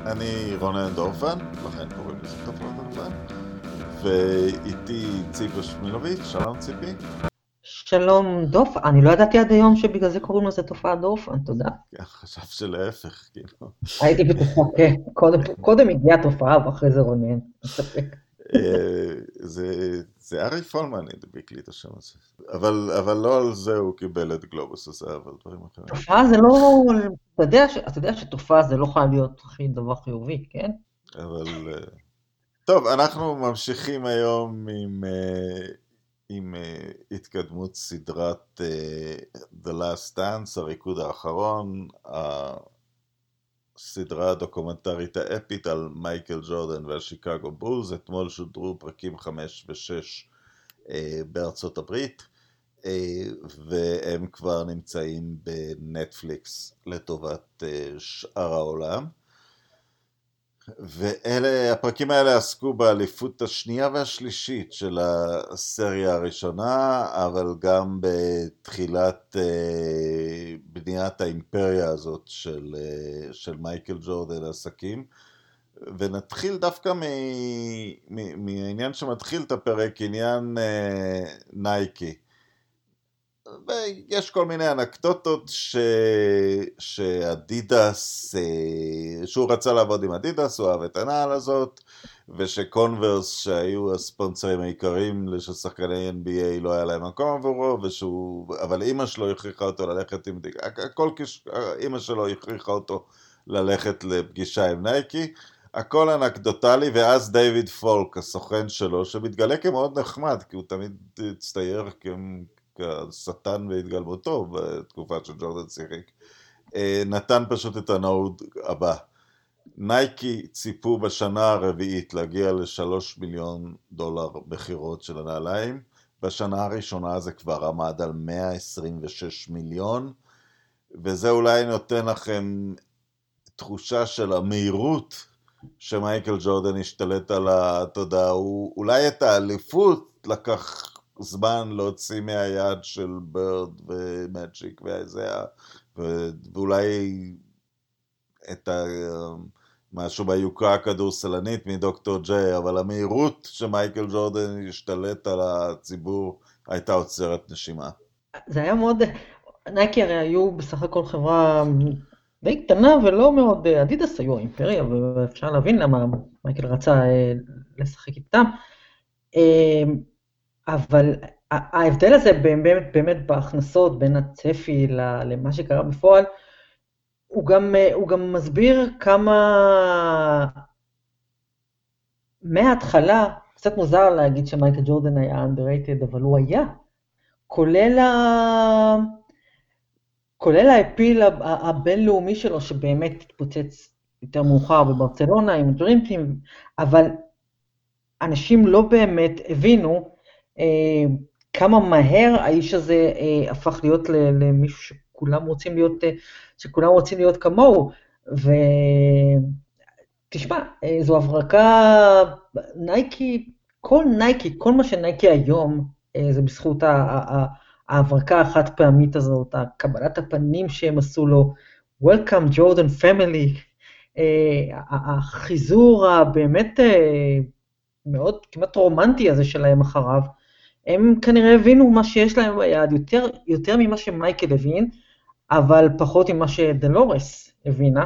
אני רונן דורפן, לכן קוראים לזה תופעת דורפן, ואיתי ציפי שמילוביץ', שלום ציפי. שלום דופן, אני לא ידעתי עד היום שבגלל זה קוראים לזה תופעת דופן, תודה. חשב שלהפך, כאילו. הייתי בטוחה, כן, קודם הגיעה תופעה ואחרי זה רונן, אין ספק. זה ארי פולמן הדביק לי את השם הזה. אבל לא על זה הוא קיבל את גלובוס הזה, אבל דברים אחרים. תופעה זה לא, אתה יודע שתופעה זה לא חייב להיות הכי דבר חיובי, כן? אבל טוב, אנחנו ממשיכים היום עם התקדמות סדרת The Last Dance, הריקוד האחרון, הסדרה הדוקומנטרית האפית על מייקל ג'ורדן והשיקגו בולס. אתמול שודרו פרקים 5 ו-6 בארצות הברית, והם כבר נמצאים בנטפליקס לטובת שאר העולם. הפרקים האלה עסקו באליפות השנייה והשלישית של הסריה הראשונה, אבל גם בתחילת בניית האימפריה הזאת של מייקל ג'ורדן עסקים. ונתחיל דווקא מהעניין שמתחיל את הפרק, עניין נייקי. ויש כל מיני אנקדוטות שאדידס, שהוא רצה לעבוד עם אדידס, הוא אהב את הנעל הזאת, ושקונברס שהיו הספונסרים העיקריים של שחקני NBA לא היה להם מקום עבורו, אבל אמא שלו הכריחה אותו ללכת עם אמא שלו הכריחה אותו ללכת לפגישה עם נייקי, הכל אנקדוטלי. ואז דיוויד פולק, הסוכן שלו, שמתגלה כמאוד נחמד, כי הוא תמיד הצטייר כשטן והתגלמותו בתקופה של ג'ורדן שיחק, נתן פשוט את הנוד הבא: נייקי ציפו בשנה הרביעית להגיע ל$3 מיליון מחירות של הנעליים. בשנה הראשונה זה כבר עמד על 126 מיליון, וזה אולי נותן לכם תחושה של המהירות שמייקל ג'ורדן השתלט על התודעה. אולי את האליפות לקח זמן להוציא מהיד של ברד ומג'יק ואולי את משהו ביוקרה הכדורסלנית מדוקטור ג'יי, אבל המהירות שמייקל ג'ורדן השתלט על הציבור הייתה עוצרת נשימה. זה היה מאוד, נייקי הרי היו בסך הכל חברה די קטנה ולא מאוד, אדידס היו האימפריה, ואפשר להבין למה מייקל רצה לשחק איתם. אבל ההבדל הזה באמת בהכנסות בין הצפי למה שקרה בפועל, הוא גם מסביר כמה מההתחלה, קצת מוזר להגיד שמייקל ג'ורדן היה underrated, אבל הוא היה, כולל האפיל הבינלאומי שלו, שבאמת התפוצץ יותר מאוחר בברצלונה עם הדרימטים, אבל אנשים לא באמת הבינו כמה מהר האיש הזה הפך להיות למישהו שכולם רוצים להיות כמוהו. ותשמע, זו הברקה, נייקי, כל מה שנייקי היום, זה בזכות ההברקה החד פעמית הזאת, קבלת הפנים שהם עשו לו, Welcome Jordan Family, החיזור הבאמת מאוד כמעט רומנטי הזה שלהם אחריו. הם כנראה הבינו מה שיש להם ביד, יותר ממה שמייקל הבין, אבל פחות ממה שדלורס הבינה,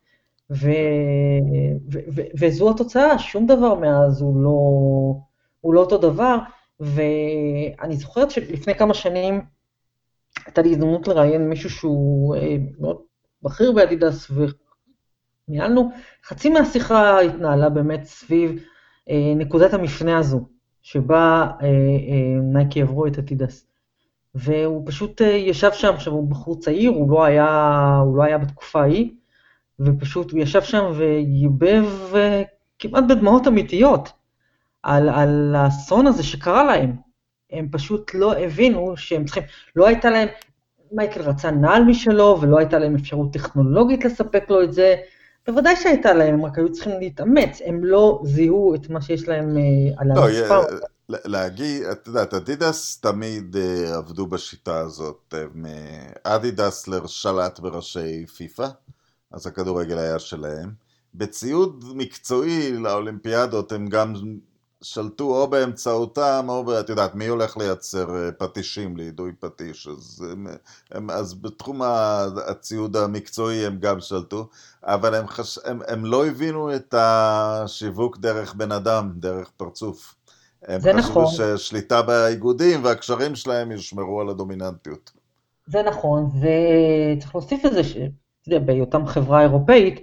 וזו התוצאה. שום דבר מאז הוא לא אותו דבר. ואני זוכרת שלפני כמה שנים הייתה לי הזדמנות לראיין מישהו שהוא מאוד בכיר באדידס, וניהלנו, חצי מהשיחה התנהלה באמת סביב נקודת המפנה הזו, שבה נייקי עברו את אדידס. והוא פשוט ישב שם, עכשיו הוא בחור צעיר, הוא לא היה בתקופה ההיא, ופשוט הוא ישב שם וייבב כמעט בדמעות אמיתיות על האסון הזה שקרה להם. הם פשוט לא הבינו שהם צריכים, לא הייתה להם, מייקל רצה נעל משלו, ולא הייתה להם אפשרות טכנולוגית לספק לו את זה, בוודאי שהייתה להם, הם רק היו צריכים להתאמץ, הם לא זיהו את מה שיש להם על המספר. להגיד, את יודעת, אדידס תמיד עבדו בשיטה הזאת, אדידס שלט בראשי פיפה, אז הכדורגל היה שלהם, בציוד מקצועי לאולימפיאדות הם גם שלטו או באמצעותם, או את יודעת, מי הולך לייצר פטישים לידוי פטיש, אז בתחום הציוד המקצועי הם גם שלטו, אבל הם לא הבינו את השיווק דרך בן אדם, דרך פרצוף. הם זה חשבו נכון, ששליטה באיגודים והקשרים שלהם ישמרו על הדומיננטיות. זה נכון, וצריך להוסיף לזה שאתה יודע, בהיותם חברה אירופאית,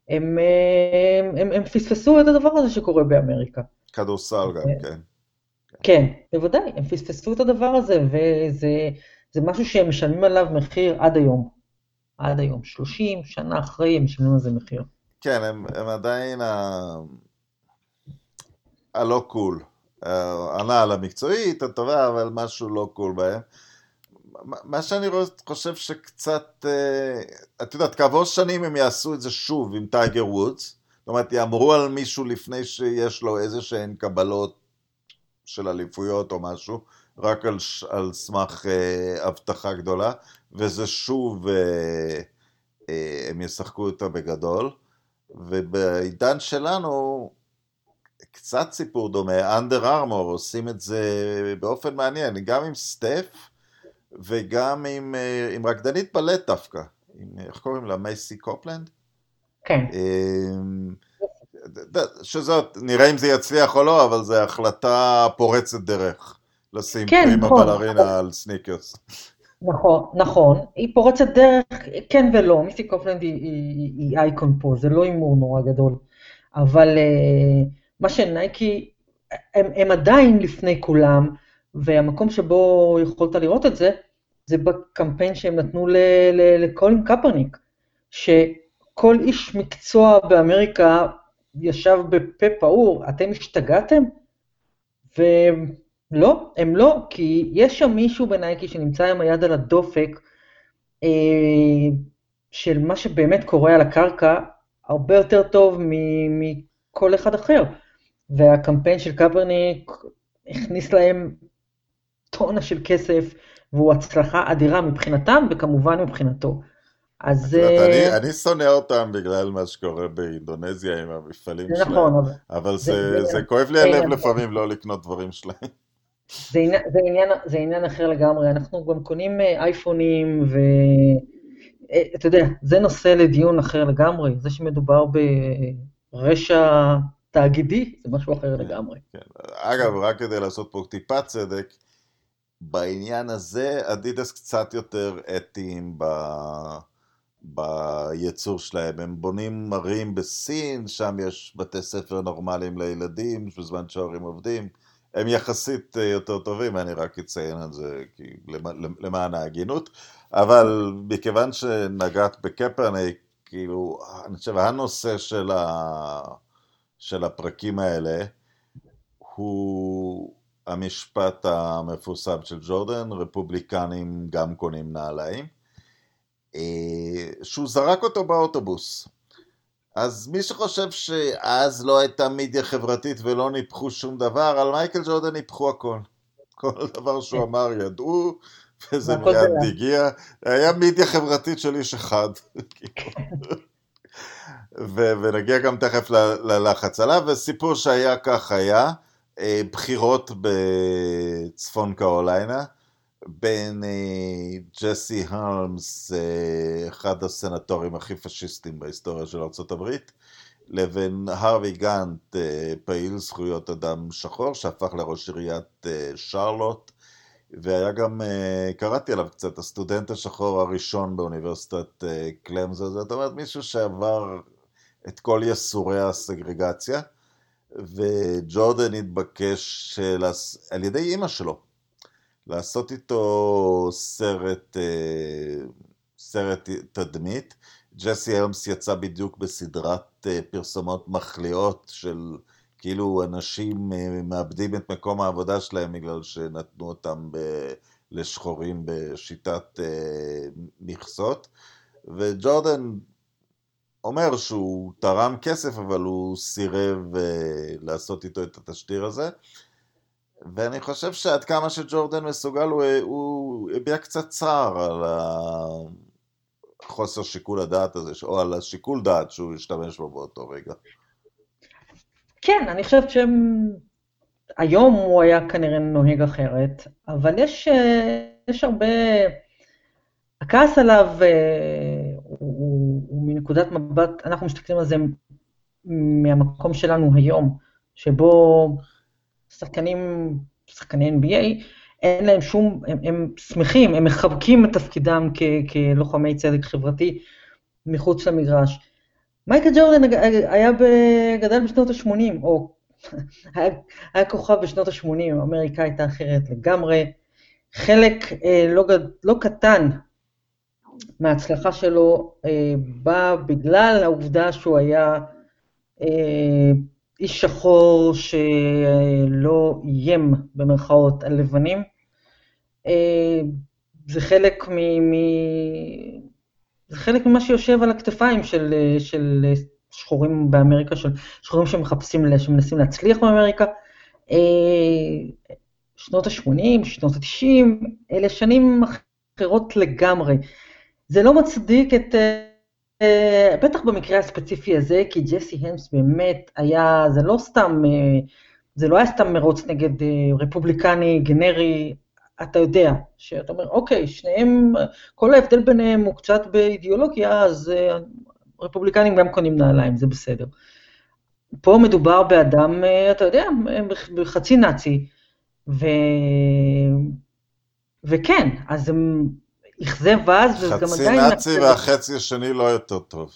הם פספסו את הדבר הזה שקורה באמריקה. כדורסל גם, כן. כן, בוודאי, הם פספסו את הדבר הזה, וזה משהו שהם משלמים עליו מחיר עד היום. עד היום, 30 שנה אחרי הם משלמים על זה מחיר. כן, הם עדיין הלא קול. הנעל המקצועית, הטובה, אבל משהו לא קול בהם. מה שאני חושב שקצת, את יודעת, כעבור שנים הם יעשו את זה שוב עם טייגר וודס, זאת אומרת, יאמרו על מישהו לפני שיש לו איזה שהן קבלות של אליפויות או משהו, רק על סמך הבטחה גדולה, וזה שוב, הם ישחקו אותה בגדול, ובעידן שלנו, קצת סיפור דומה, אנדר ארמור עושים את זה באופן מעניין, גם עם סטף, וגם עם רקדנית בלט דווקא, איך קוראים לה? מייסי קופלנד? כן. שזאת, נראה אם זה יצליח או לא, אבל זו החלטה פורצת דרך, לשים כן, פרימה נכון, בלרינה על סניקרס. נכון, נכון, היא פורצת דרך, כן ולא, מיסי קופלנד היא אייקון פה, זה לא הימור נורא גדול, אבל מה שנייקי, הם עדיין לפני כולם, והמקום שבו יכולת לראות את זה, זה בקמפיין שהם נתנו לקולין קפרניק, שכל איש מקצוע באמריקה ישב בפה פעור, אתם השתגעתם? ולא, הם לא, כי יש שם מישהו בנייקי שנמצא עם היד על הדופק, של מה שבאמת קורה על הקרקע, הרבה יותר טוב מכל אחד אחר. והקמפיין של קפרניק הכניס להם טונה של כסף, והוא הצלחה אדירה מבחינתם, וכמובן מבחינתו. את אז יודעת, אני שונא אותם בגלל מה שקורה באינדונזיה עם המפעלים זה שלהם, נכון, אבל זה זה כואב לי הלב לפעמים לא לקנות דברים שלהם. זה עניין אחר לגמרי, אנחנו גם קונים אייפונים, ואתה יודע, זה נושא לדיון אחר לגמרי, זה שמדובר ברשע תאגידי, זה משהו אחר לגמרי. כן. אגב, רק כדי לעשות פה טיפת צדק, בעניין הזה אדידס קצת יותר אתיים בייצור שלהם, הם בונים ערים בסין, שם יש בתי ספר נורמליים לילדים, בזמן שההורים עובדים, הם יחסית יותר טובים, אני רק אציין את זה למען ההגינות, אבל מכיוון שנגעת בקפרניק, כאילו, אני חושב, הנושא של הפרקים האלה, הוא המשפט המפורסם של ג'ורדן, רפובליקנים גם קונים נעליים, שהוא זרק אותו באוטובוס. אז מי שחושב שאז לא הייתה מדיה חברתית ולא ניפחו שום דבר, על מייקל ג'ורדן ניפחו הכל. כל דבר שהוא אמר ידעו, וזה מיד הגיע. היה מדיה חברתית של איש אחד. ונגיע גם תכף ללחץ עליו, וסיפור שהיה כך היה, בחירות בצפון קרוליינה, בין ג'סי הלמס, אחד הסנטורים הכי פשיסטים בהיסטוריה של ארצות הברית, לבין הרווי גנט, פעיל זכויות אדם שחור, שהפך לראש עיריית שרלוט, והיה גם, קראתי עליו קצת, הסטודנט השחור הראשון באוניברסיטת קלמזון, זאת אומרת מישהו שעבר את כל יסורי הסגרגציה, וג'ורדן התבקש על ידי אמא שלו, לעשות איתו סרט תדמית. ג'סי הלמס יצא בדיוק בסדרת פרסומות מחליאות של כאילו אנשים מאבדים את מקום העבודה שלהם בגלל שנתנו אותם לשחורים בשיטת מכסות, וג'ורדן אומר שהוא תרם כסף אבל הוא סירב לעשות איתו את התשדיר הזה, ואני חושב שעד כמה שג'ורדן מסוגל הוא הביע קצת צער חוסר שיקול הדעת הזה, או על השיקול דעת שהוא השתמש בו באותו רגע. כן, אני חושבת שהיום הוא היה כנראה נוהג אחרת, אבל יש הרבה, הכעס עליו הוא מנקודת מבט, אנחנו מסתכלים על זה מהמקום שלנו היום, שבו שחקני NBA, אין להם שום, הם שמחים, הם מחבקים את תפקידם כלוחמי צדק חברתי מחוץ למגרש. מייקל ג'ורדן גדל בשנות ה-80, או היה כוכב בשנות ה-80, אמריקה הייתה אחרת לגמרי. חלק לא קטן מההצלחה שלו בא בגלל העובדה שהוא היה איש שחור שלא איים במרכאות על לבנים. זה חלק זה חלק ממה שיושב על הכתפיים של שחורים באמריקה, של שחורים שמנסים להצליח באמריקה. שנות ה-80, שנות ה-90, אלה שנים אחרות לגמרי. זה לא מצדיק בטח במקרה הספציפי הזה, כי ג'סי המס באמת היה, זה לא היה סתם מרוץ נגד רפובליקני גנרי, אתה יודע, שאתה אומר, אוקיי, שניהם, כל ההבדל ביניהם הוא קצת באידיאולוגיה, אז רפובליקנים גם קונים נעליים, זה בסדר. פה מדובר באדם, אתה יודע, בחצי נאצי, וכן, אז הם יחזב ואז, וגם עדיין... חצי נאצי והחצי השני לא יותר טוב.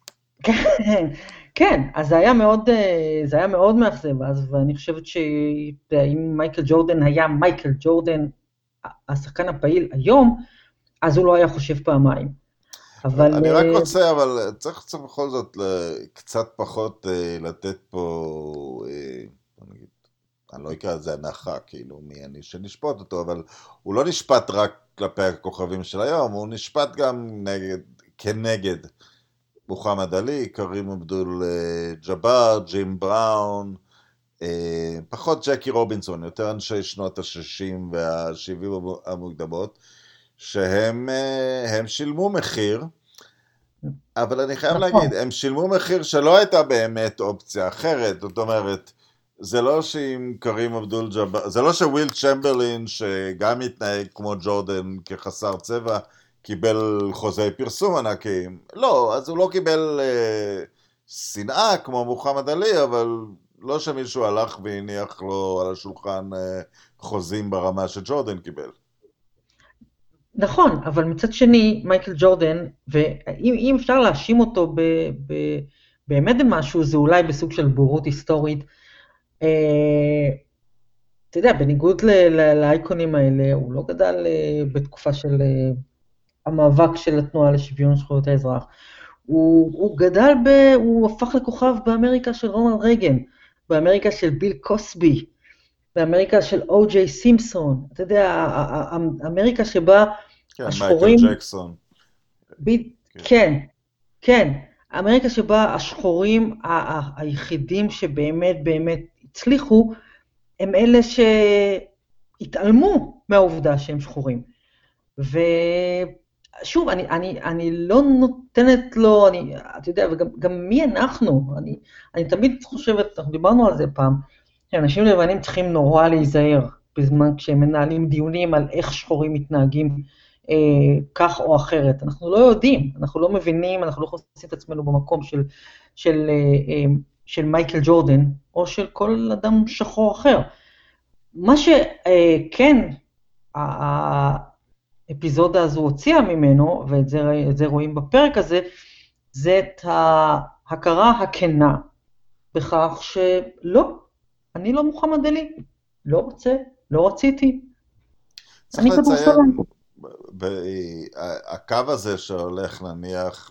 כן, אז זה היה מאוד מאכזב אז, ואני חושבת שאם מייקל ג'ורדן היה מייקל ג'ורדן, השחקן הפעיל היום, אז הוא לא היה חושב פעמיים. אני רק רוצה, אבל צריך בכל זאת קצת פחות לתת פה, אני לא אקרא את זה הנחה, כאילו מי אני שנשפוט אותו, אבל הוא לא נשפט רק כלפי הכוכבים של היום, הוא נשפט גם כנגד מוחמד עלי, קרים אבדול ג'אבר, ג'ים בראון, פחות ג'קי רובינסון, יותר אנשי שנות ה-60 וה-70 המוקדמות, שהם שילמו מחיר, אבל אני חייב להגיד, הם שילמו מחיר שלא הייתה באמת אופציה אחרת, זאת אומרת, זה לא שאם קרים אבדול ג'אבר, זה לא שוויל צ'מברלין, שגם התנהג כמו ג'ורדן כחסר צבע, קיבל חוזי פרסום ענקיים. לא, אז הוא לא קיבל שנאה כמו מוחמד עלי, אבל לא שמישהו הלך והניח לו על השולחן חוזים ברמה שג'ורדן קיבל. נכון, אבל מצד שני, מייקל ג'ורדן, ואם אפשר להאשים אותו באמת במשהו, זה אולי בסוג של בורות היסטורית, אתה יודע, בניגוד לאייקונים האלה, הוא לא גדל בתקופה של המאבק של התנועה לשוויון זכויות האזרח. הוא הפך לכוכב באמריקה של רונלד רייגן, באמריקה של ביל קוסבי, באמריקה של או.ג'יי סימפסון, אתה יודע, אמריקה שבה השחורים... מייקל ג'קסון. כן, כן. אמריקה שבה השחורים היחידים שבאמת באמת הצליחו, הם אלה שהתעלמו מהעובדה שהם שחורים. ושוב, אני לא נותנת לו, אתה יודע, וגם מי אנחנו? אני תמיד חושבת, אנחנו דיברנו על זה פעם, שאנשים לבנים צריכים נורא להיזהר, בזמן כשהם מנהלים דיונים על איך שחורים מתנהגים כך או אחרת. אנחנו לא יודעים, אנחנו לא מבינים, אנחנו לא יכולים לשים את עצמנו במקום של מייקל ג'ורדן, או של כל אדם שחור אחר. מה שכן, האפיזודה הזו הוציאה ממנו, ואת זה רואים בפרק הזה, זה את ההכרה הכנה, בכך שלא, אני לא מוחמד עלי, לא רוצה, לא רציתי. צריך לציין, הקו הזה שהולך נניח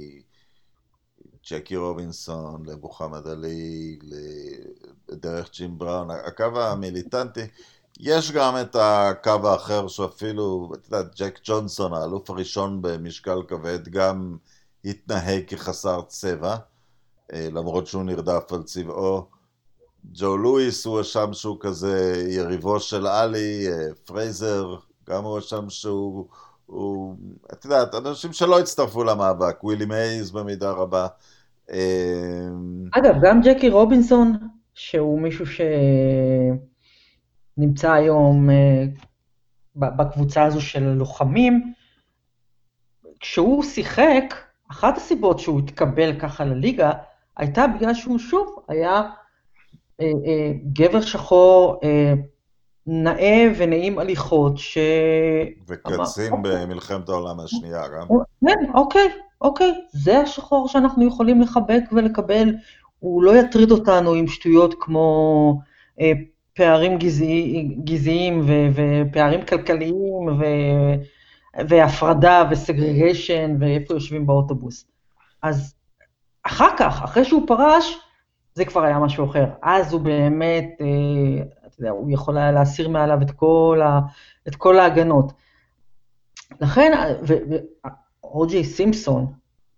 ג'קי רובינסון, למוחמד עלי, לדרך ג'ים בראון, הקו המיליטנטי, יש גם את הקו האחר שאפילו, אתה יודע, ג'ק ג'ונסון, האלוף הראשון במשקל כבד, גם התנהג כחסר צבע, למרות שהוא נרדף על צבעו. ג'ו לואיס הוא שם שהוא כזה יריבו של עלי, פרייזר, גם הוא שם שהוא את יודעת, אנשים שלא הצטרפו למאבק, ווילי מייז במידה רבה. אגב, גם ג'קי רובינסון, שהוא מישהו שנמצא היום בקבוצה הזו של לוחמים, כשהוא שיחק, אחת הסיבות שהוא התקבל ככה לליגה, הייתה בגלל שהוא שוב היה גבר שחור, נאה ונעים הליכות, וקצין במלחמת העולם השנייה גם. כן, אוקיי, זה השחור שאנחנו יכולים לחבק ולקבל, הוא לא יטריד אותנו עם שטויות כמו פערים גזעיים ופערים כלכליים והפרדה וסגרגיישן ואיפה יושבים באוטובוס. אז אחר כך, אחרי שהוא פרש, זה כבר היה משהו אחר. אז הוא באמת, אתה יודע, הוא יכול היה להסיר מעליו את כל ההגנות. לכן, או.ג'יי סימפסון,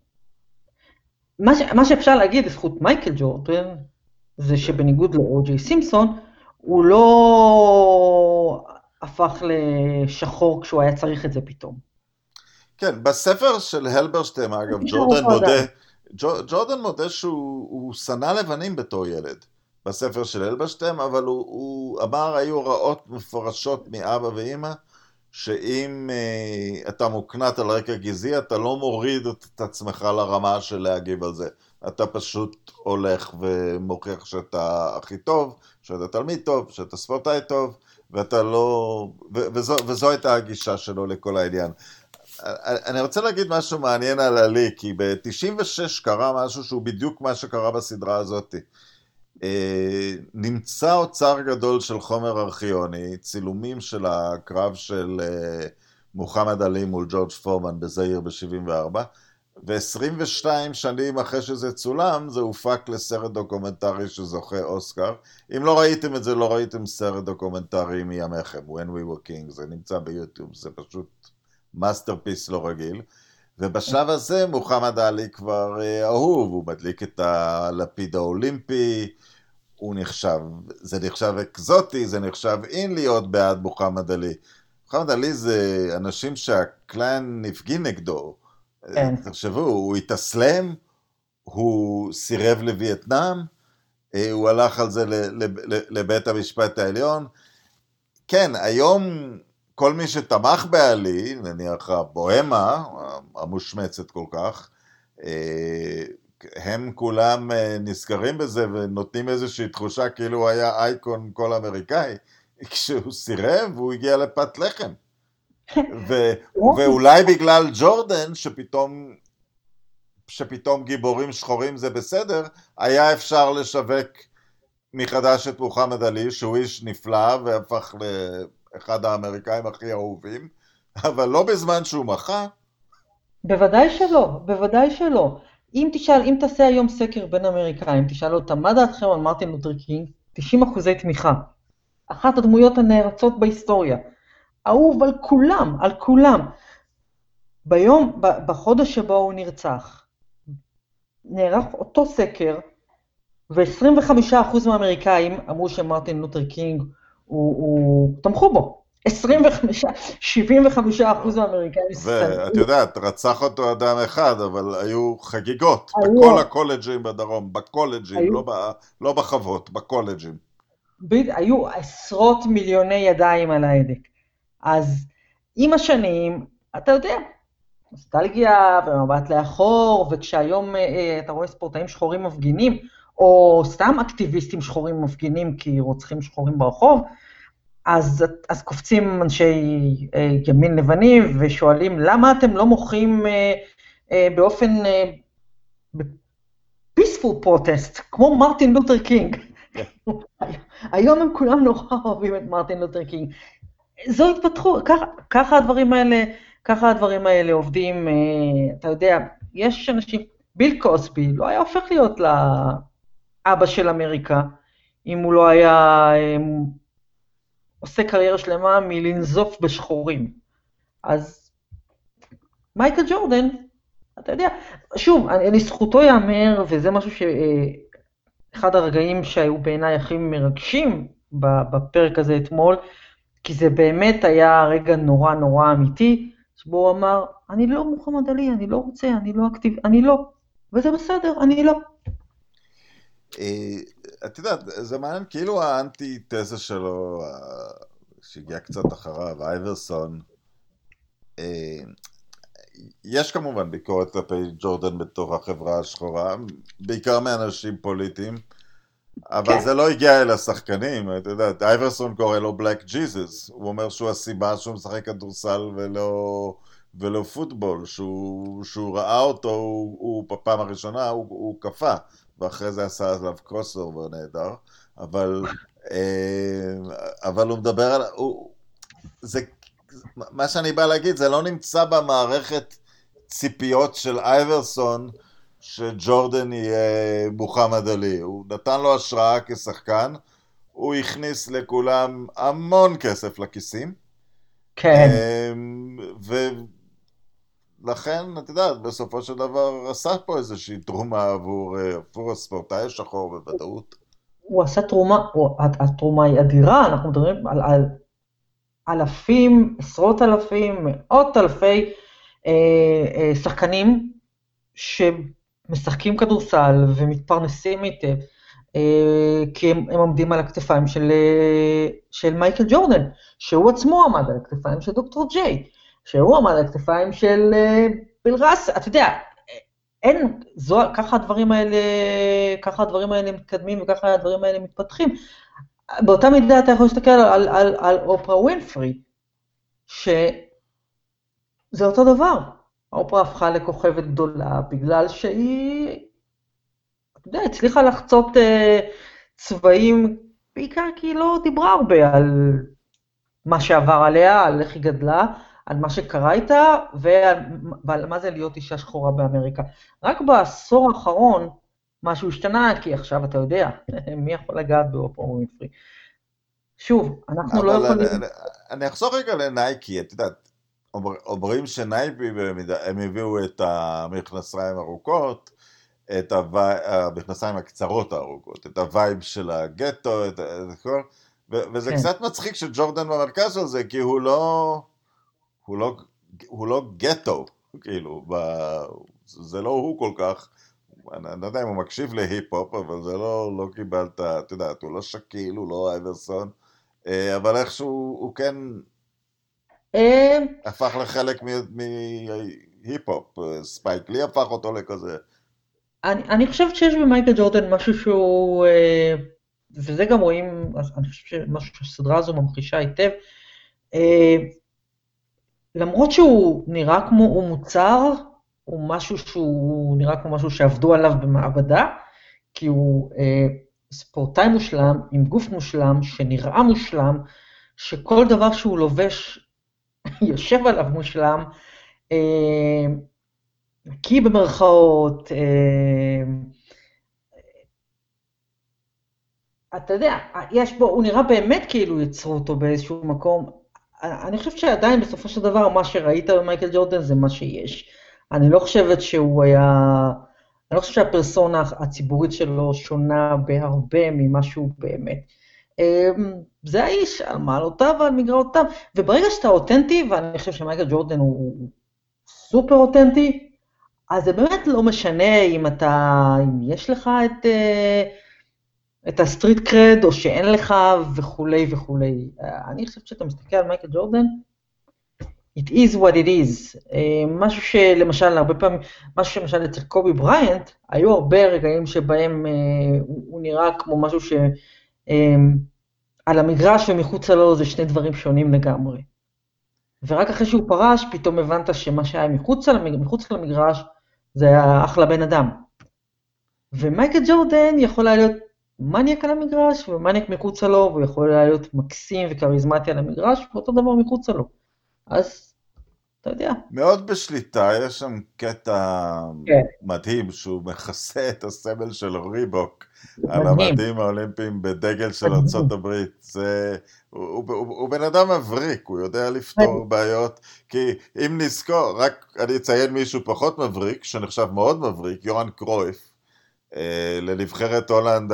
מה שאפשר להגיד לזכות מייקל ג'ורדן, זה שבניגוד לאו.ג'יי סימפסון, הוא לא הפך לשחור כשהוא היה צריך את זה פתאום. כן, בספר של הלברשטם, אגב, ג'ורדן מודה שהוא שנא לבנים בתור ילד, בספר של הלברשטם, אבל הוא אמר, היו הוראות מפורשות מאבא ואמא, שאם אתה מוקנת על רקע גזעי, אתה לא מוריד את עצמך לרמה של להגיב על זה. אתה פשוט הולך ומוכיח שאתה הכי טוב, שאתה תלמיד טוב, שאתה ספורטאי טוב, ואתה לא... וזו הייתה הגישה שלו לכל העניין. אני רוצה להגיד משהו מעניין על עלי, כי ב-96 קרה משהו שהוא בדיוק מה שקרה בסדרה הזאת. נמצא אוצר גדול של חומר ארכיוני, צילומים של הקרב של מוחמד עלי מול ג'ורג' פורמן בזאיר ב-74, ו-22 שנים אחרי שזה צולם, זה הופק לסרט דוקומנטרי שזוכה אוסקר. אם לא ראיתם את זה, לא ראיתם סרט דוקומנטרי מימיכם, When We Were Kings, זה נמצא ביוטיוב, זה פשוט מאסטרפיס לא רגיל. ובשלב הזה מוחמד עלי כבר אהוב, הוא מדליק את הלפיד האולימפי, זה נחשב אקזוטי, זה נחשב אין להיות בעד מוחמד עלי. מוחמד עלי זה אנשים שהקלן נפגין נגדו. תחשבו, הוא התאסלם, הוא סירב לווייטנאם, הוא הלך על זה לבית המשפט העליון. כן, היום כל מי שתמך בעלי, נניח הבוהמה, המושמצת כל כך, הם כולם נזכרים בזה ונותנים איזושהי תחושה כאילו הוא היה אייקון כל אמריקאי, כשהוא סירב הוא הגיע לפת לחם. ואולי בגלל ג'ורדן, שפתאום גיבורים שחורים זה בסדר, היה אפשר לשווק מחדש את מוחמד עלי, שהוא איש נפלא והפך לאחד האמריקאים הכי אהובים, אבל לא בזמן שהוא מחה. בוודאי שלא. אם תעשה היום סקר בין אמריקאים, תשאל אותם, מה דעתכם על מרטין לותר קינג? 90% תמיכה. אחת הדמויות הנערצות בהיסטוריה. אהוב על כולם. בחודש שבו הוא נרצח, נערך אותו סקר, ו-25% מהאמריקאים אמרו שמרטין לותר קינג, הוא תמכו בו. 75% מהאמריקאים. ואת יודעת, רצח אותו אדם אחד, אבל היו חגיגות בכל הקולג'ים בדרום, בקולג'ים, לא בחוות, בקולג'ים. היו עשרות מיליוני ידיים על ההדק. אז עם השנים, אתה יודע, נוסטלגיה ומבט לאחור, וכשהיום אתה רואה ספורטאים שחורים מפגינים, או סתם אקטיביסטים שחורים מפגינים כי רוצחים שחורים ברחוב, אז קופצים אנשי ימין לבנים ושואלים, למה אתם לא מוחים באופן peaceful protest, כמו מרטין לותר קינג? היום הם כולם נורא אוהבים את מרטין לותר קינג. זו התפתחות, ככה הדברים האלה עובדים, אתה יודע, יש אנשים, ביל קוסבי לא היה הופך להיות לאבא של אמריקה, אם הוא לא היה עושה קריירה שלמה מלנזוף בשחורים. אז מייקל ג'ורדן, אתה יודע, שוב, לזכותו יאמר, וזה משהו אחד הרגעים שהיו בעיניי הכי מרגשים בפרק הזה אתמול, כי זה באמת היה רגע נורא נורא אמיתי, שבו הוא אמר, אני לא מוחמד עלי, אני לא רוצה, אני לא אקטיבי, אני לא. וזה בסדר, אני לא. אה, את יודעת, זה מעניין, כאילו האנטי-תזה שלו, שהגיע קצת אחריו, אייברסון, אה, יש כמובן ביקורת כלפי ג'ורדן בתוך החברה השחורה, בעיקר מאנשים פוליטיים, אבל כן. זה לא הגיע אל השחקנים, את יודעת, אייברסון קורא לו בלק ג'יזוס, הוא אומר שהוא הסיבה שהוא משחק כדורסל ולא פוטבול, שהוא ראה אותו, הוא בפעם הראשונה, הוא קפא, ואחרי זה עשה עליו קרוסר והוא נהדר, אבל, אבל הוא מדבר על, זה, מה שאני בא להגיד, זה לא נמצא במערכת ציפיות של אייברסון, שג'ורדן יהיה מוחמד עלי. הוא נתן לו השראה כשחקן, הוא הכניס לכולם המון כסף לכיסים, כן. ולכן, את יודעת, בסופו של דבר עשה פה איזושהי תרומה עבור הספורטאי השחור בוודאות. הוא עשה תרומה, התרומה היא אדירה, אנחנו מדברים על אלפים, עשרות אלפים, מאות אלפי שחקנים שמשחקים כדורסל ומתפרנסים היטב, כי הם עומדים על הכתפיים של מייקל ג'ורדן, שהוא עצמו עמד על הכתפיים של דוקטור ג'יי, שהוא עמד על הכתפיים של ביל ראס, אתה יודע, ככה הדברים האלה מתקדמים וככה הדברים האלה מתפתחים. באותה מידה אתה יכול להסתכל על אופרה ווינפרי, שזה אותו דבר. אופרה הפכה לכוכבת גדולה, בגלל שהיא, אתה יודע, הצליחה לחצות צבעים, בעיקר כי היא לא דיברה הרבה על מה שעבר עליה, על איך היא גדלה, על מה שקרה איתה, ועל מה זה להיות אישה שחורה באמריקה. רק בעשור האחרון, משהו השתנה, כי עכשיו אתה יודע, מי יכול לגעת באופרה ווינפרי? שוב, אנחנו לא יכולים... אני אחזור רגע לנייקי, את יודעת, אומרים שנייקי, הם הביאו את המכנסיים ארוכות, את המכנסיים הקצרות הארוכות, את הווייב של הגטו, את הכל, וזה כן. קצת מצחיק שג'ורדן במרכז של זה, כי הוא לא גטו, כאילו, זה לא הוא כל כך, אני לא יודע אם הוא מקשיב להיפ-הופ, אבל זה לא קיבלת, את יודעת, הוא לא שקיל, הוא לא אייברסון, אבל איכשהו הוא כן הפך לחלק מהיפ-הופ, ספייק לי הפך אותו לכזה. אני חושבת שיש במייקל ג'ורדן משהו שהוא, וזה גם רואים, אני חושבת שמשהו שהסדרה הזו ממחישה היטב, למרות שהוא נראה כמו, הוא מוצר, הוא משהו שהוא נראה כמו משהו שעבדו עליו במעבדה, כי הוא ספורטאי מושלם, עם גוף מושלם, שנראה מושלם, שכל דבר שהוא לובש יושב עליו מושלם, כי במרכאות, אתה יודע, הוא נראה באמת כאילו יצרו אותו באיזשהו מקום, אני חושבת שעדיין בסופו של דבר מה שראית במייקל ג'ורדן זה מה שיש. אני לא חושבת שהוא היה, אני לא חושבת שהפרסונה הציבורית שלו שונה בהרבה ממה שהוא באמת. זה האיש על מעלותיו ועל מגרעותיו, וברגע שאתה אותנטי, ואני חושב שמייקל ג'ורדן הוא סופר אותנטי, אז זה באמת לא משנה אם יש לך את הסטריט קרד, או שאין לך וכולי וכולי. אני חושבת שאתה מסתכל על מייקל ג'ורדן, it is what it is. משהו שלמשל, הרבה פעמים, משהו שלמשל אצל קובי בריינט, היו הרבה רגעים שבהם הוא נראה כמו משהו על המגרש ומחוצה לו זה שני דברים שונים לגמרי. ורק אחרי שהוא פרש, פתאום הבנת שמה שהיה מחוץ למגרש, זה היה אחלה בן אדם. ומייקל ג'ורדן יכול להיות מניאק על המגרש, ומניאק מחוצה לו, והוא יכול להיות מקסים וכריזמטי על המגרש, ואותו דבר מחוצה לו. אז, אתה יודע. מאוד בשליטה, יש שם קטע מדהים, שהוא מכסה את הסמל של ריבוק, על המדים האולימפיים בדגל של ארצות הברית. הוא בן אדם מבריק, הוא יודע לפתור בעיות, כי אם נזכור, רק אני אציין מישהו פחות מבריק, שנחשב מאוד מבריק, יוהאן קרויף, לנבחרת הולנד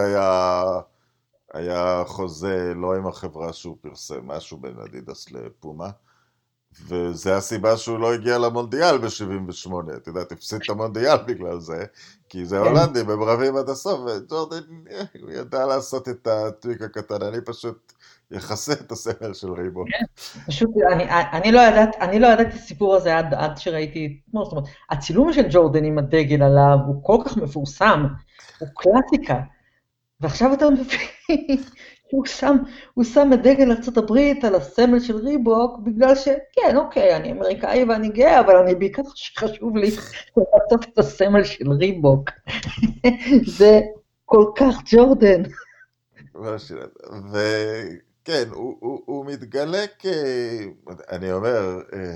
היה חוזה לא עם החברה שהוא פרסם, משהו בין אדידס לפומה, וזה הסיבה שהוא לא הגיע למונדיאל ב-78, את יודעת, הפסיד את המונדיאל בגלל זה, כי זה כן. הולנדים, הם רבים עד הסוף, וג'ורדן, הוא ידע לעשות את הטוויק הקטן, אני פשוט יחסה את הסמל של ריבוק. פשוט, אני לא ידעתי את הסיפור הזה עד שראיתי, זאת אומרת, הצילום של ג'ורדן עם הדגל עליו הוא כל כך מפורסם, הוא קלאסיקה, ועכשיו אתה מבין שהוא שם את דגל ארצות הברית על הסמל של ריבוק, בגלל שכן, אוקיי, אני אמריקאי ואני גאה, אבל אני בעיקר חשוב לי לעשות את הסמל של ריבוק. זה כל כך ג'ורדן. וכן, הוא מתגלה אני אומר,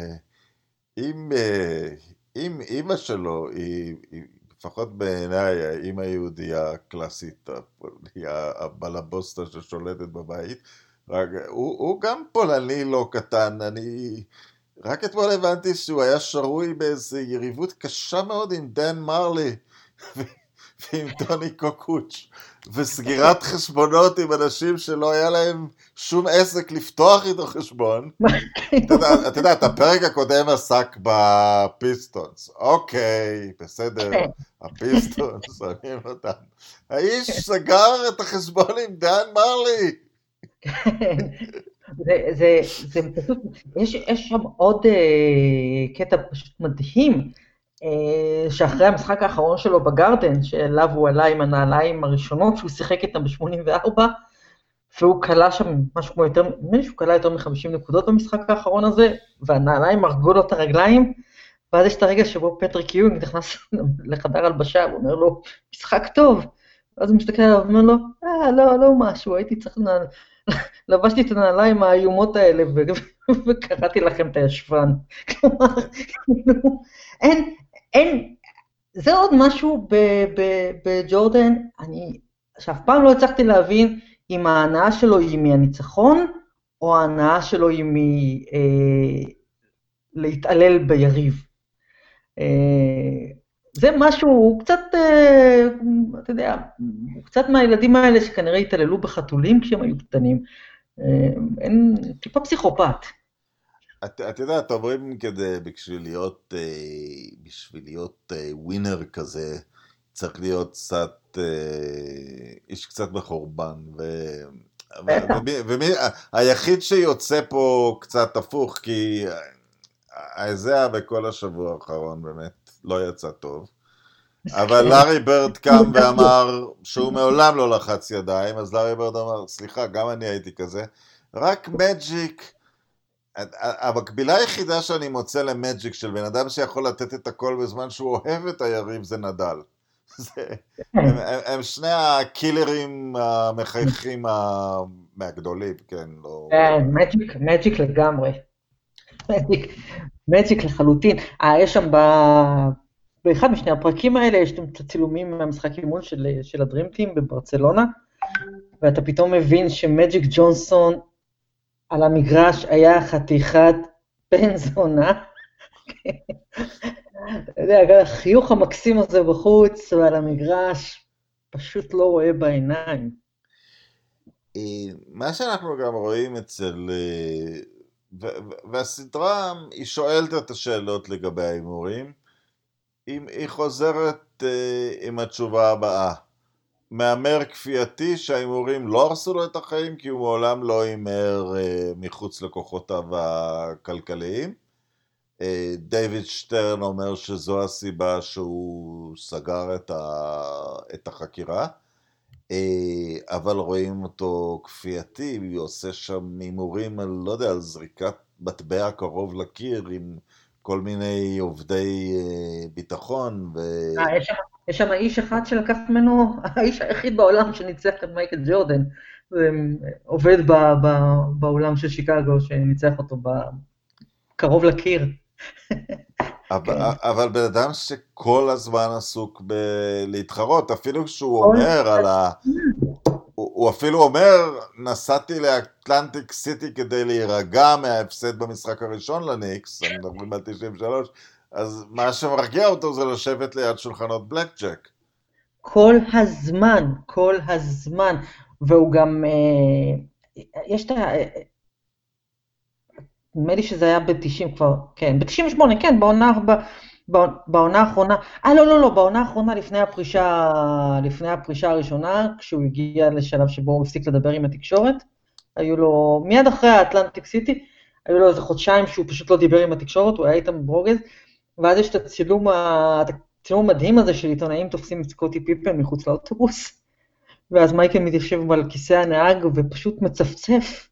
אם אימא שלו היא לפחות בעיניי, האמא היהודיה הקלאסית, היא הבלבוסטה ששולטת בבית, הוא גם פולני לא קטן, אני רק אתמול הבנתי שהוא היה שרוי באיזו יריבות קשה מאוד עם דן מרלי ועם טוני קוקוץ' וסגירת חשבונות עם אנשים שלא היה להם שום עסק לפתוח איתו חשבון. אתה יודע, הפרק הקודם עסק בפיסטונס, אוקיי, בסדר, הפיסטונס, שמים אותם. האיש סגר את החשבון עם דן מרלי. זה פשוט, יש שם עוד קטע פשוט מדהים, שאחרי המשחק האחרון שלו בגרדן, שאליו הוא עלה עם הנעליים הראשונות, שהוא שיחק איתם ב-84, והוא קלה שם משהו כמו יותר, שהוא קלה יותר מ-50 נקודות במשחק האחרון הזה, והנעליים הרגו לו את הרגליים, ואז יש את הרגע שבו פטריק יונג נכנס לחדר הלבשה, הוא אומר לו, משחק טוב, ואז הוא מסתכל עליו ואומר לו, לא משהו, הייתי צריך לבשתי את הנעליים האיומות האלה, וקראתי לכם את הישבן. כלומר, אין, זה עוד משהו בג'ורדן, אני שאף פעם לא הצלחתי להבין אם ההנאה שלו היא מהניצחון, או ההנאה שלו היא להתעלל ביריב. זה משהו, הוא קצת, אתה יודע, הוא קצת מהילדים האלה שכנראה התעללו בחתולים כשהם היו קטנים. אין, טיפה פסיכופת. את יודעת, אומרים כדי, בשביל להיות ווינר כזה, צריך להיות קצת, איש קצת בחורבן, היחיד שיוצא פה קצת הפוך, כי זה בכל השבוע האחרון באמת לא יצא טוב, אבל לארי ברד קם ואמר שהוא מעולם לא לחץ ידיים, אז לארי ברד אמר, סליחה, גם אני הייתי כזה, רק מג'יק, המקבילה היחידה שאני מוצא למג'יק של בן אדם שיכול לתת את הכל בזמן שהוא אוהב את היריב זה נדל. הם שני הקילרים המחייכים מהגדולים, כן, לא... מג'יק לגמרי. מג'יק לחלוטין. יש שם באחד משני הפרקים האלה, יש את הצילומים מהמשחק אימון של הדרימטים בברצלונה, ואתה פתאום מבין שמג'יק ג'ונסון על המגרש היה חתיכת בן זונה. אתה יודע, החיוך המקסים הזה בחוץ ועל המגרש, פשוט לא רואה בעיניים. מה שאנחנו גם רואים אצל... והסדרה היא שואלת את השאלות לגבי ההימורים, היא חוזרת עם התשובה הבאה. מאמר כפייתי שההימורים לא הרסו לו את החיים, כי הוא מעולם לא הימר מחוץ לכוחותיו הכלכליים. דיוויד שטרן אומר שזו הסיבה שהוא סגר את החקירה, אבל רואים אותו כפייתי, הוא עושה שם הימורים על, לא יודע, על זריקת מטבע קרוב לקיר עם כל מיני עובדי ביטחון. יש שם איש אחד שלקח ממנו, האיש היחיד בעולם שניצח את מייקל ג'ורדן, עובד באולם של שיקגו שניצח אותו קרוב לקיר. אבל בן אדם שכל הזמן עסוק להתחרות, אפילו כשהוא אומר הוא אפילו אומר, נסעתי לאטלנטיק סיטי כדי להירגע מההפסד במשחק הראשון לניקס, אני מדברים על 93, אז מה שמרגיע אותו זה לשבת ליד שולחנות בלק ג'ק. כל הזמן, והוא גם, יש נדמה לי שזה היה ב-90 כבר, כן, ב-98, כן, בעונה האחרונה, לא, בעונה האחרונה לפני הפרישה הראשונה, כשהוא הגיע לשלב שבו הוא הפסיק לדבר עם התקשורת, היו לו, מיד אחרי האטלנטיק סיטי, היו לו איזה חודשיים שהוא פשוט לא דיבר עם התקשורת, הוא היה איתם ברוגז, ואז יש את הצילום המדהים הזה של עיתונאים תופסים את סקוטי פיפן מחוץ לאוטובוס, ואז מייקל מתיישב על כיסא הנהג ופשוט מצפצף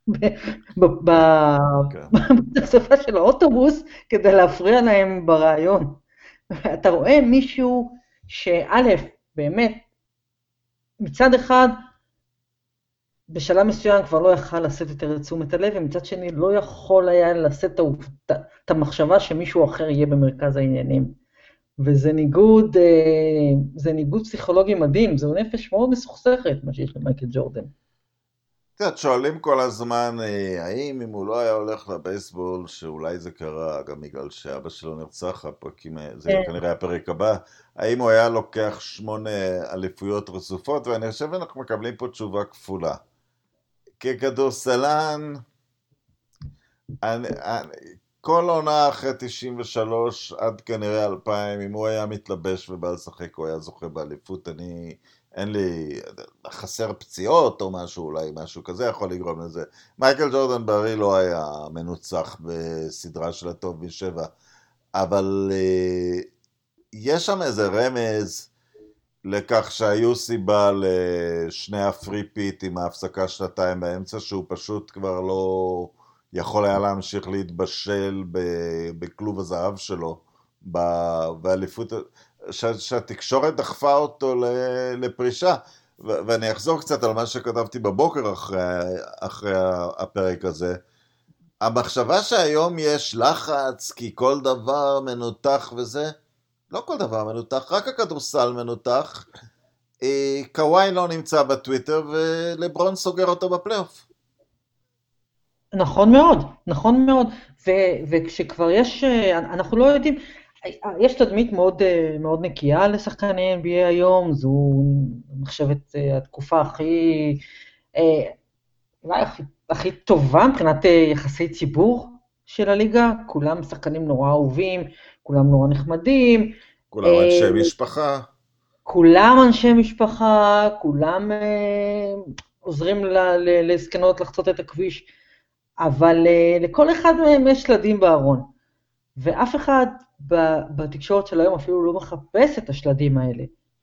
בצפצפה של האוטובוס כדי להפריע להם ברעיון. אתה רואה מישהו שא' באמת מצד אחד בשלב מסוים כבר לא יכל לשאת יותר את תשומת הלב, ומצד שני לא יכול היה לשאת את המחשבה שמישהו אחר יהיה במרכז העניינים. וזה ניגוד פסיכולוגי מדהים, זו נפש מאוד מסוכסכת מה שיש למייקל ג'ורדן. שואלים כל הזמן, האם אם הוא לא היה הולך לבייסבול, שאולי זה קרה גם בגלל שאבא שלו נרצח, זה כנראה הפרק הבא, האם הוא היה לוקח 8 אליפויות רצופות, ואני חושב שאנחנו מקבלים פה תשובה כפולה. ככדורסלן, כל עונה אחרי 93 עד כנראה 2000, אם הוא היה מתלבש ובא לשחק, הוא היה זוכה באליפות. אין לי, חסר פציעות או משהו, אולי משהו כזה יכול לגרום לזה. מייקל ג'ורדן בריא לא היה מנוצח בסדרה של הטוב משבע, אבל יש שם איזה רמז לכך שהיו סיבה לשני הפרי פיט עם ההפסקה 2 באמצע, שהוא פשוט כבר לא יכול היה להמשיך להתבשל בכלוב הזהב שלו באליפות, שהתקשורת דחפה אותו לפרישה. ואני אחזור קצת על מה שכתבתי בבוקר אחרי הפרק הזה. המחשבה שהיום יש לחץ כי כל דבר מנותח וזה, לא כל דבר מנותח, רק הכדורסל מנותח. קוואי לא נמצא בטוויטר ולברון סוגר אותו בפלייאוף. נכון מאוד, נכון מאוד. וכשכבר יש, אנחנו לא יודעים, יש תדמית מאוד, מאוד נקייה לשחקני NBA היום, זו נחשבת התקופה אולי הכי טובה מבחינת יחסי ציבור של הליגה, כולם שחקנים נורא אהובים, כולם נורא נחמדים. כולם אנשי משפחה. כולם עוזרים לזקנות לחצות את הכביש, אבל לכל אחד מהם יש שלדים בארון, ואף אחד בתקשורת של היום אפילו לא מחפש את השלדים האלה.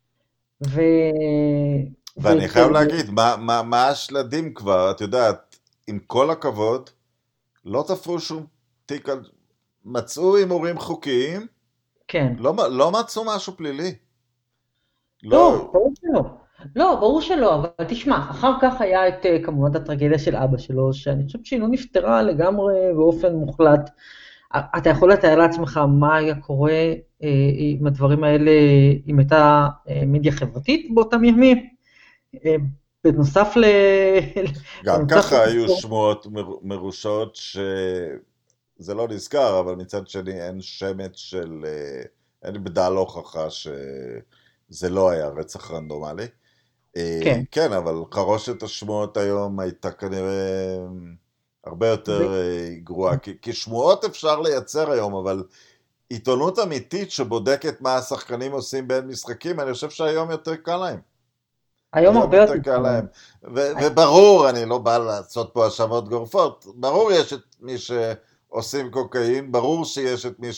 ואני חייב להגיד, מה השלדים כבר? את יודעת, עם כל הכבוד, לא תפרו שום תיק, מצאו הימורים חוקיים, כן. לא מצאו משהו פלילי. לא, ברור שלא. לא, ברור שלא, אבל תשמע, אחר כך היה את כמובן הטרגדיה של אבא שלו, שאני חושבת שהיא לא נפטרה לגמרי באופן מוחלט. אתה יכול לתאר לעצמך מה היה קורה עם הדברים האלה, אם הייתה מדיה חברתית באותם ימים, בנוסף גם ככה היו שמועות מרושעות שזה לא נזכר, אבל מצד שני אין שמץ אין בדל הוכחה שזה לא היה רצח רנדומלי. כן. כן, אבל חרושת השמועות היום הייתה כנראה הרבה יותר גרועה, כי שמועות אפשר לייצר היום, אבל עיתונות אמיתית שבודקת מה השחקנים עושים בין משחקים, אני חושב שהיום יותר קל להם. היום הרבה יותר קל להם. וברור, אני לא בא לעשות פה האשמות גורפות, ברור יש את מי שעושים קוקאין, ברור שיש את מי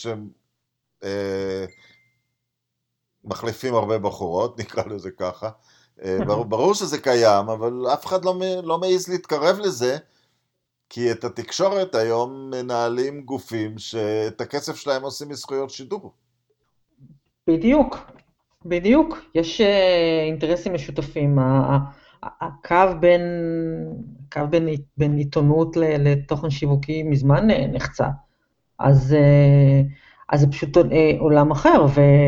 שמחליפים הרבה בחורות, נקרא לזה ככה, ברור שזה קיים, אבל אף אחד לא מעיז להתקרב לזה, כי את התקשורת היום מנהלים גופים שאת הכסף שלהם עושים מזכויות שידור. בדיוק. יש אינטרסים משותפים. הקו בין עיתונות לתוכן שיווקי מזמן נחצה. אז זה פשוט עולם אחר,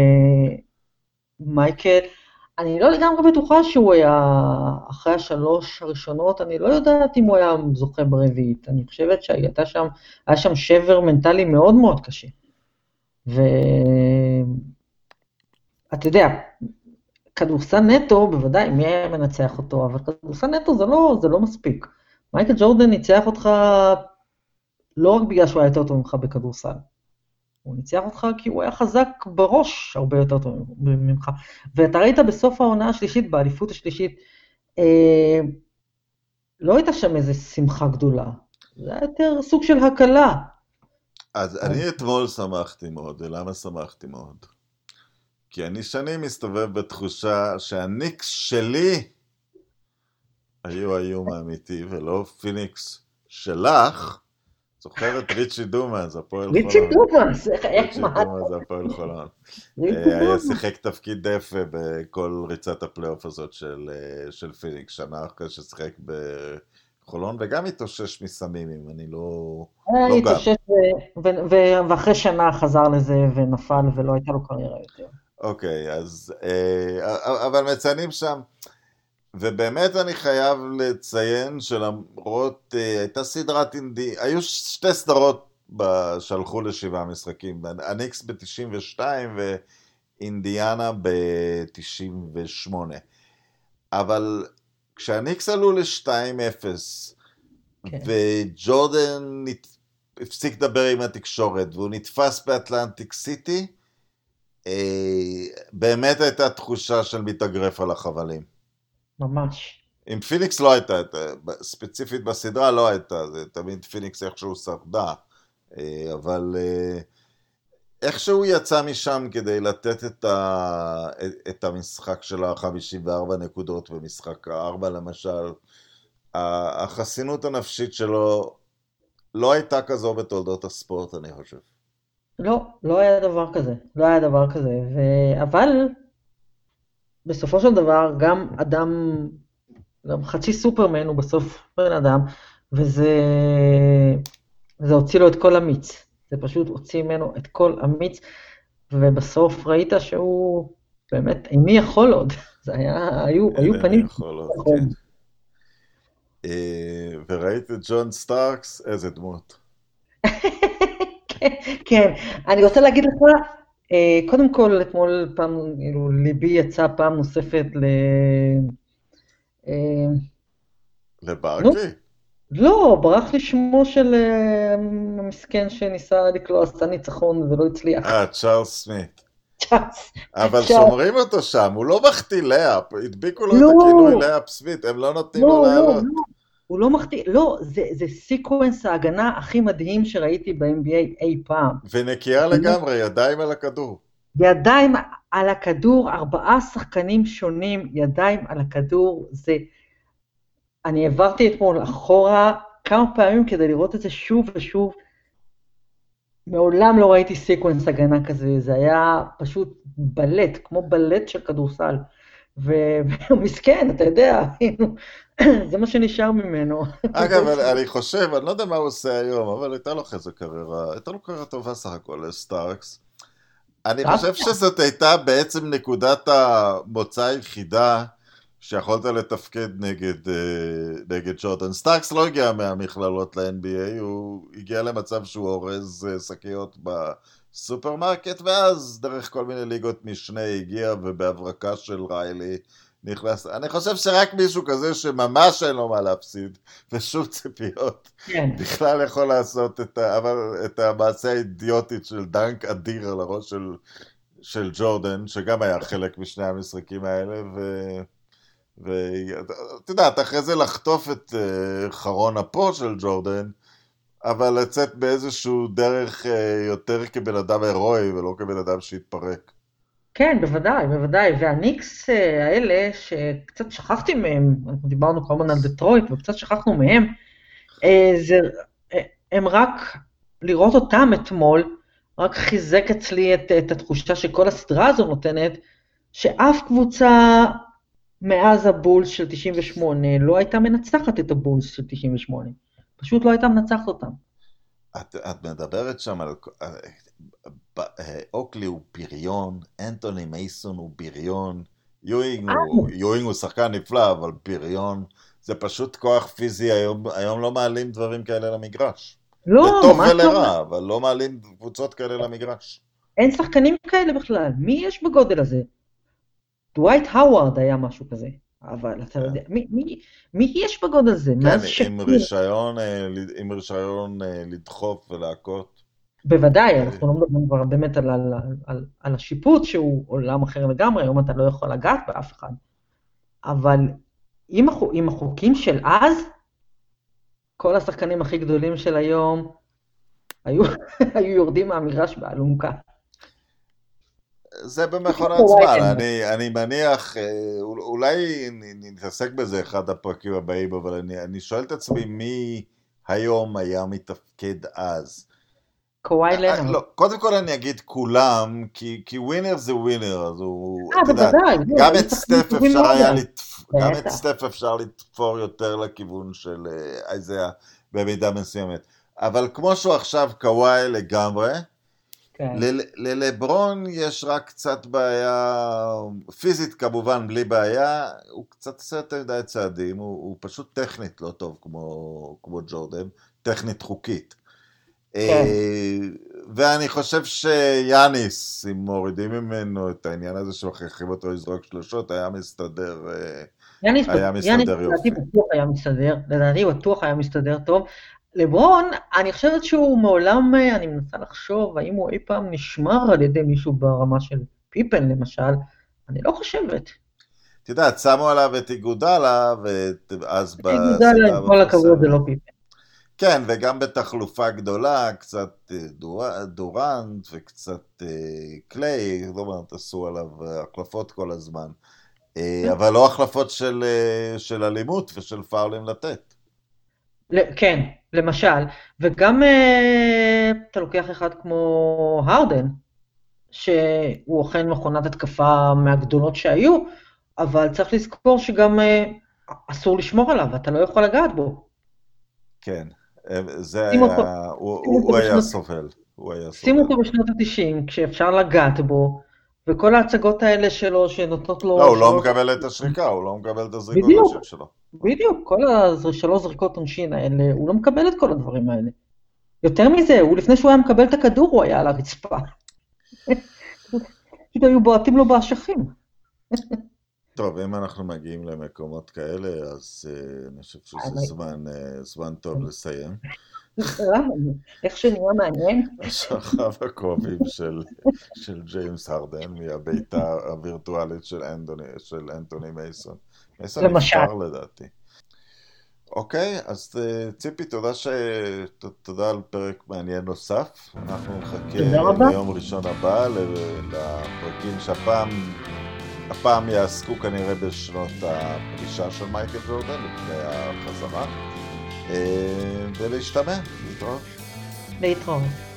ומייקל, אני לא לגמרי בטוחה שהוא היה, אחרי 3 הראשונות, אני לא יודעת אם הוא היה זוכה ברביעית, אני חושבת שהיה שם שבר מנטלי מאוד מאוד קשה. ואתה יודע, כדורסל נטו, בוודאי, מי היה מנצח אותו, אבל כדורסל נטו זה לא מספיק. מייקל ג'ורדן ניצח אותך לא רק בגלל שהוא היה יותר טוב ממך בכדורסל. הוא ניצח אותך כי הוא היה חזק בראש הרבה יותר טוב ממך. ואתה ראית בסוף העונה השלישית, באליפות השלישית, לא הייתה שם איזו שמחה גדולה. זה היה יותר סוג של הקלה. אז אני אתמול שמחתי מאוד, ולמה שמחתי מאוד? כי אני שנים מסתובב בתחושה שהניקס שלי היו האיום האמיתי, ולא פיניקס שלך. זוכרת ריצ'י דומאז, הפועל חולון. ריצ'י דומאז, ריצ'י דומאז, הפועל חולון. היה שיחק תפקיד דף בכל ריצת הפלייאוף הזאת של פיניקס, שנה אחרי ששיחק בחולון, וגם התאושש מסמים, אם אני לא גם. התאושש, ואחרי שנה חזר לזה ונפל, ולא הייתה לו קריירה יותר. אוקיי, אז, אבל מציינים שם, ובאמת אני חייב לציין שלמרות, הייתה סדרת היו שתי סדרות שהלכו לשבעה משחקים, הניקס ב-92 ואינדיאנה ב-98. אבל כשהניקס עלו ל-2-0, וג'ורדן הפסיק לדבר עם התקשורת, והוא נתפס באטלנטיק סיטי, באמת הייתה תחושה של מתאגרף על החבלים. ממש. עם פיניקס לא הייתה, ספציפית בסדרה לא הייתה, זה תמיד פיניקס איכשהו שרדה, אבל איכשהו יצא משם כדי לתת את המשחק של ה-54 נקודות במשחק ה-4 למשל, החסינות הנפשית שלו לא הייתה כזו בתולדות הספורט, אני חושב. לא היה דבר כזה, לא היה דבר כזה, אבל בסופו של דבר גם אדם, גם חצי סופרמן הוא בסוף בן אדם, וזה הוציא לו את כל המיץ, זה פשוט הוציא ממנו את כל המיץ, ובסוף ראית שהוא באמת, מי יכול עוד? זה היו פנים. כן. וראית את ג'ון סטארקס, איזה דמות. כן, אני רוצה להגיד לך, קודם כל, אתמול פעם, ליבי יצא פעם נוספת לברקלי? לא, ברח לי שמו של המסכן שניסה לקלוע, עשה ניצחון ולא הצליח. צ'ארלס סמית. צ'ארלס. אבל שומרים אותו שם, הוא לא מחטיא לאפ, הדביקו לו את הכינוי לאפ סמית, הם לא נותנים לו לעלות. הוא לא מחטיא, לא, זה סיקוונס ההגנה הכי מדהים שראיתי ב-NBA אי פעם. ונקייה לגמרי, ידיים על הכדור. ידיים על הכדור, 4 שחקנים שונים, ידיים על הכדור, זה... אני עברתי אתמול אחורה כמה פעמים כדי לראות את זה שוב ושוב. מעולם לא ראיתי סיקוונס הגנה כזה, זה היה פשוט בלט, כמו בלט של כדורסל. והוא מסכן, אתה יודע, זה מה שנשאר ממנו. אגב, אני חושב, אני לא יודע מה הוא עושה היום, אבל הייתה לו איזה קריירה, הייתה לו קריירה טובה סך הכל לסטארקס. אני חושב שזאת הייתה בעצם נקודת המוצא היחידה שיכולת לתפקד נגד ג'ורדן. סטארקס לא הגיע מהמכללות ל-NBA, הוא הגיע למצב שהוא אורז שקיות בסופרמרקט, ואז דרך כל מיני ליגות משנה הגיע, ובהברקה של ריילי נכנס. אני חושב שרק מישהו כזה שממש אין לו מה להפסיד, ושום ציפיות, בכלל יכול לעשות את המעשה האידיוטית של דנק אדיר על הראש של ג'ורדן, שגם היה חלק משני המשחקים האלה, ואתה יודע, אחרי זה לחטוף את חרון אפו של ג'ורדן, אבל לצאת באיזשהו דרך יותר כבן אדם הירואי, ולא כבן אדם שהתפרק. כן, בוודאי, בוודאי, והניקס האלה, שקצת שכחתי מהם, אנחנו דיברנו כל הזמן על דטרויט, וקצת שכחנו מהם, הם רק, לראות אותם אתמול, רק חיזק אצלי את התחושה שכל הסדרה הזו נותנת, שאף קבוצה מאז הבולס של 98 לא הייתה מנצחת את הבולס של 98. פשוט לא הייתה מנצחת אותם. את מדברת שם על... אוקלי הוא פריון, אנטוני מייסון הוא פריון, יואינג הוא שחקן נפלא, אבל פריון, זה פשוט כוח פיזי, היום לא מעלים דברים כאלה למגרש. לא, לטוב ולרע, אבל לא מעלים קבוצות כאלה למגרש. אין שחקנים כאלה בכלל, מי יש בגודל הזה? דווייט האווארד היה משהו כזה. אבל אתה כן. יודע, מי יש בגודל הזה? כן, מאז שקיר? עם רישיון לדחוף ולהכות. בוודאי, אה, אנחנו לא מדברים כבר באמת על השיפוט שהוא עולם אחר לגמרי, היום אתה לא יכול לגעת באף אחד. אבל עם החוקים של אז, כל השחקנים הכי גדולים של היום היו, היו יורדים מהמגרש באלונקה. זה במכונת זמן, אני מניח, אולי נתעסק בזה אחד הפרקים הבאים, אבל אני שואל את עצמי מי היום היה מתפקד אז. קוואי לנארד. לא, קודם כל אני אגיד כולם, כי ווינר זה ווינר, אז הוא, אתה יודע, בוודאי, גם היו את שחקנים סטף טובים אפשר מאוד היה אז. גם את בטח. סטף אפשר לתפור יותר לכיוון של איזיה במידה מסוימת. אבל כמו שהוא עכשיו קוואי לגמרי, כן. ללברון יש רק קצת בעיה, פיזית כמובן בלי בעיה, הוא קצת עושה יותר מדי צעדים, הוא פשוט טכנית לא טוב כמו ג'ורדן, טכנית חוקית. כן. ואני חושב שיאניס, אם מורידים ממנו את העניין הזה שמכריחים אותו לזרוק שלושות, היה מסתדר יאניס יופי. לדעתי בטוח היה מסתדר טוב. לברון, אני חושבת שהוא מעולם, אני מנסה לחשוב, האם הוא אי פעם נשמר על ידי מישהו ברמה של פיפן למשל, אני לא חושבת. אתה יודע, שמו עליו את איגודלה, ואז איגודלה, עם כל הכבוד, זה לא פיפן. כן, וגם בתחלופה גדולה, קצת דורנט וקצת קליי, זאת אומרת, עשו עליו החלפות כל הזמן. אבל לא החלפות של אלימות ושל פאולים לתת. כן, למשל, וגם אתה לוקח אחד כמו הרדן, שהוא אכן מכונת התקפה מהגדולות שהיו, אבל צריך לזכור שגם אסור לשמור עליו, אתה לא יכול לגעת בו. כן, זה היה, הוא היה סובל. שים אותו בשנות ה-90, כשאפשר לגעת בו, וכל ההצגות האלה שלו שנותנות לו... לא, הוא לא מקבל את השריקה, הוא לא מקבל את הזריקות עונשין שלו. בדיוק, כל השלוש זריקות עונשין האלה, הוא לא מקבל את כל הדברים האלה. יותר מזה, הוא לפני שהוא היה מקבל את הכדור, הוא היה על הרצפה. פשוט היו בועטים לו באשכים. טוב, אם אנחנו מגיעים למקומות כאלה, אז אני חושב שזה זמן טוב לסיים. איך שנהיה מעניין. השכב הקרובים של ג'יימס הרדן, מהביתה הווירטואלית של אנטוני מייסון. מייסון נפטר לדעתי. אוקיי, אז ציפי, תודה על פרק מעניין נוסף. אנחנו נחכה ליום ראשון הבא, לפרקים שהפעם יעסקו כנראה בשנות הפרישה של מייקל ג'ורדן, לפני החזרה. ולהשתמע, להתראות.